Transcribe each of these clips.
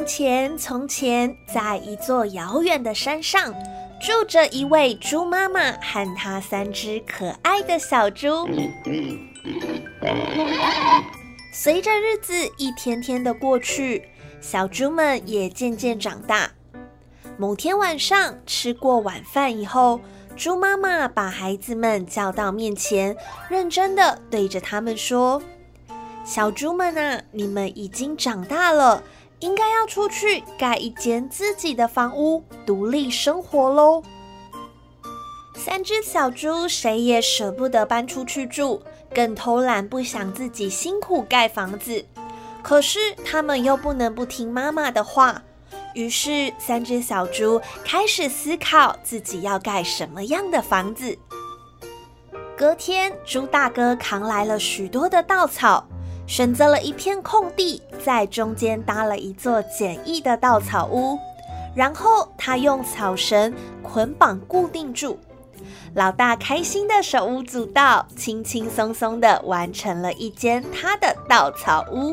从前，在一座遥远的山上，住着一位猪妈妈和她3只可爱的小猪。随着日子一天天的过去，小猪们也渐渐长大。某天晚上，吃过晚饭以后，猪妈妈把孩子们叫到面前，认真的对着他们说：“小猪们啊，你们已经长大了，应该要出去盖一间自己的房屋，独立生活咯。”3只小猪谁也舍不得搬出去住，更偷懒不想自己辛苦盖房子。可是他们又不能不听妈妈的话，于是3只小猪开始思考自己要盖什么样的房子。隔天，猪大哥扛来了许多的稻草，选择了一片空地，在中间搭了一座简易的稻草屋，然后他用草绳捆绑固定住。老大开心的手舞足蹈，轻轻松松的完成了一间他的稻草屋。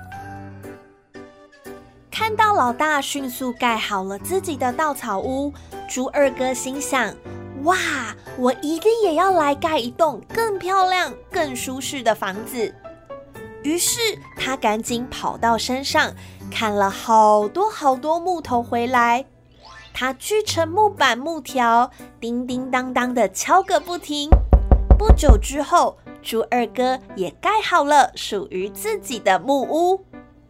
看到老大迅速盖好了自己的稻草屋，猪二哥心想：哇，我一定也要来盖一栋更漂亮、更舒适的房子。于是他赶紧跑到山上，看了好多木头回来。他锯成木板木条，叮叮当当的敲个不停。不久之后，猪二哥也盖好了属于自己的木屋。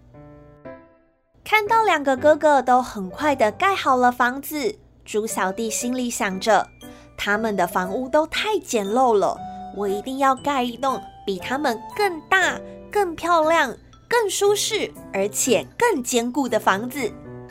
看到2个哥哥都很快的盖好了房子，猪小弟心里想着，他们的房屋都太简陋了，我一定要盖一栋比他们更大、更漂亮、更舒适，而且更坚固的房子。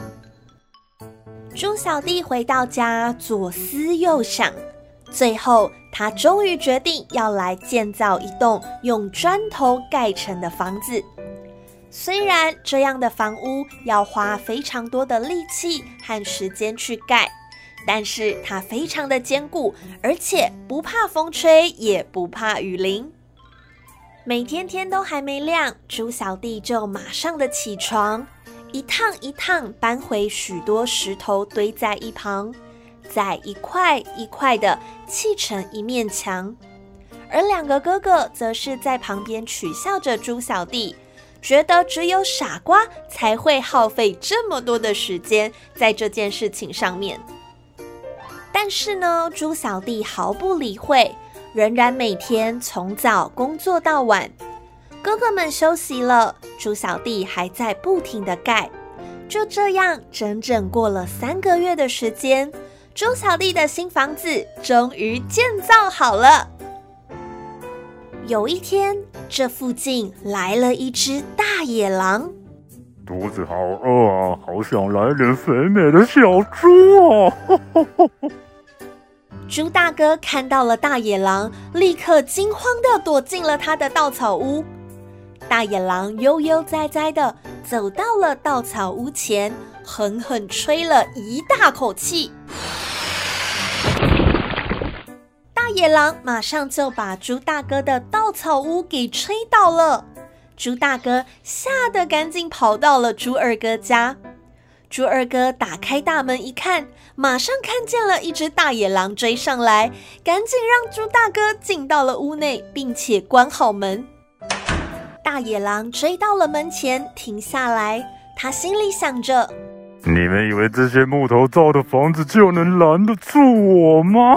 猪小弟回到家，左思右想，最后他终于决定要来建造一栋用砖头盖成的房子。虽然这样的房屋要花非常多的力气和时间去盖，但是它非常的坚固，而且不怕风吹，也不怕雨淋。每天天都还没亮，猪小弟就马上的起床，一趟一趟搬回许多石头堆在一旁，再一块一块的砌成一面墙。而2个哥哥则是在旁边取笑着猪小弟，觉得只有傻瓜才会耗费这么多的时间在这件事情上面。但是呢，猪小弟毫不理会，仍然每天从早工作到晚。哥哥们休息了，猪小弟还在不停地盖。就这样，整整过了3个月的时间，猪小弟的新房子终于建造好了。有一天，这附近来了一只大野狼。 肚子好饿啊，好想来点肥美的小猪啊！ 猪大哥看到了大野狼，立刻惊慌地躲进了他的稻草屋。大野狼悠悠哉哉地走到了稻草屋前，狠狠吹了一大口气。大野狼马上就把猪大哥的稻草屋给吹倒了。猪大哥吓得赶紧跑到了猪二哥家。猪二哥打开大门一看，马上看见了一只大野狼追上来，赶紧让猪大哥进到了屋内，并且关好门。大野狼追到了门前，停下来，他心里想着： 你们以为这些木头造的房子就能拦得住我吗？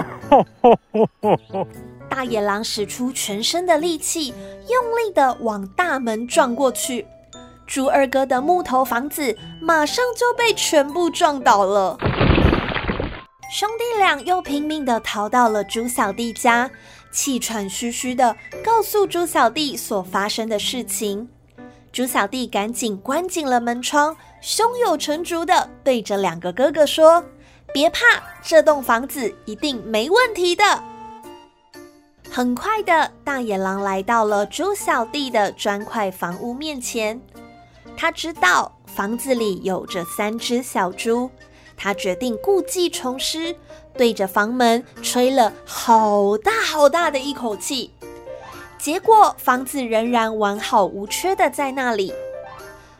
大野狼使出全身的力气，用力地往大门撞过去。猪二哥的木头房子马上就被全部撞倒了。兄弟俩又拼命地逃到了猪小弟家，气喘吁吁地告诉猪小弟所发生的事情。猪小弟赶紧关紧了门窗，胸有成竹地对着2个哥哥说：别怕，这栋房子一定没问题的。很快的，大野狼来到了猪小弟的砖块房屋面前。他知道房子里有着3只小猪，他决定故技重施，对着房门吹了好大好大的一口气。结果房子仍然完好无缺的在那里。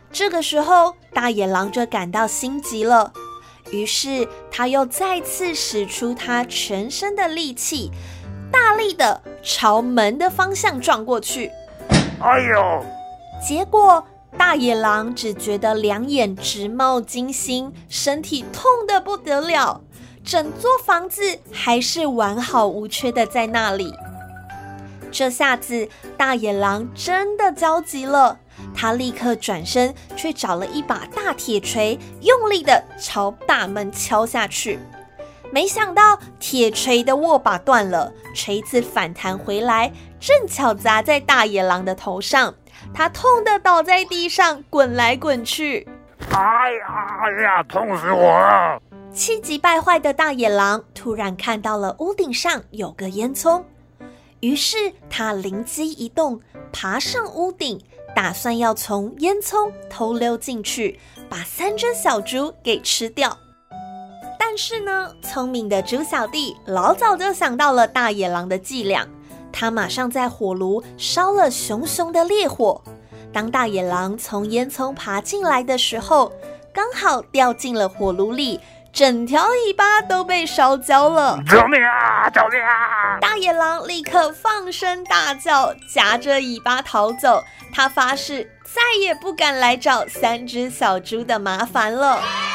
这个时候，大野狼就感到心急了，于是他又再次使出他全身的力气，大力的朝门的方向撞过去。 哎呦！ 结果大野狼只觉得两眼直冒金星，身体痛得不得了，整座房子还是完好无缺的在那里。这下子大野狼真的焦急了，他立刻转身去找了一把大铁锤，用力的朝大门敲下去。没想到铁锤的握把断了，锤子反弹回来，正巧砸在大野狼的头上，他痛得倒在地上滚来滚去。 哎呀，痛死我了！ 气急败坏的大野狼突然看到了屋顶上有个烟囱，于是他灵机一动，爬上屋顶，打算要从烟囱偷溜进去，把3只小猪给吃掉。但是呢，聪明的猪小弟老早就想到了大野狼的伎俩，他马上在火炉烧了熊熊的烈火。当大野狼从烟囱爬进来的时候，刚好掉进了火炉里，整条尾巴都被烧焦了。 救命啊！救命啊！ 大野狼立刻放声大叫，夹着尾巴逃走。他发誓再也不敢来找3只小猪的麻烦了。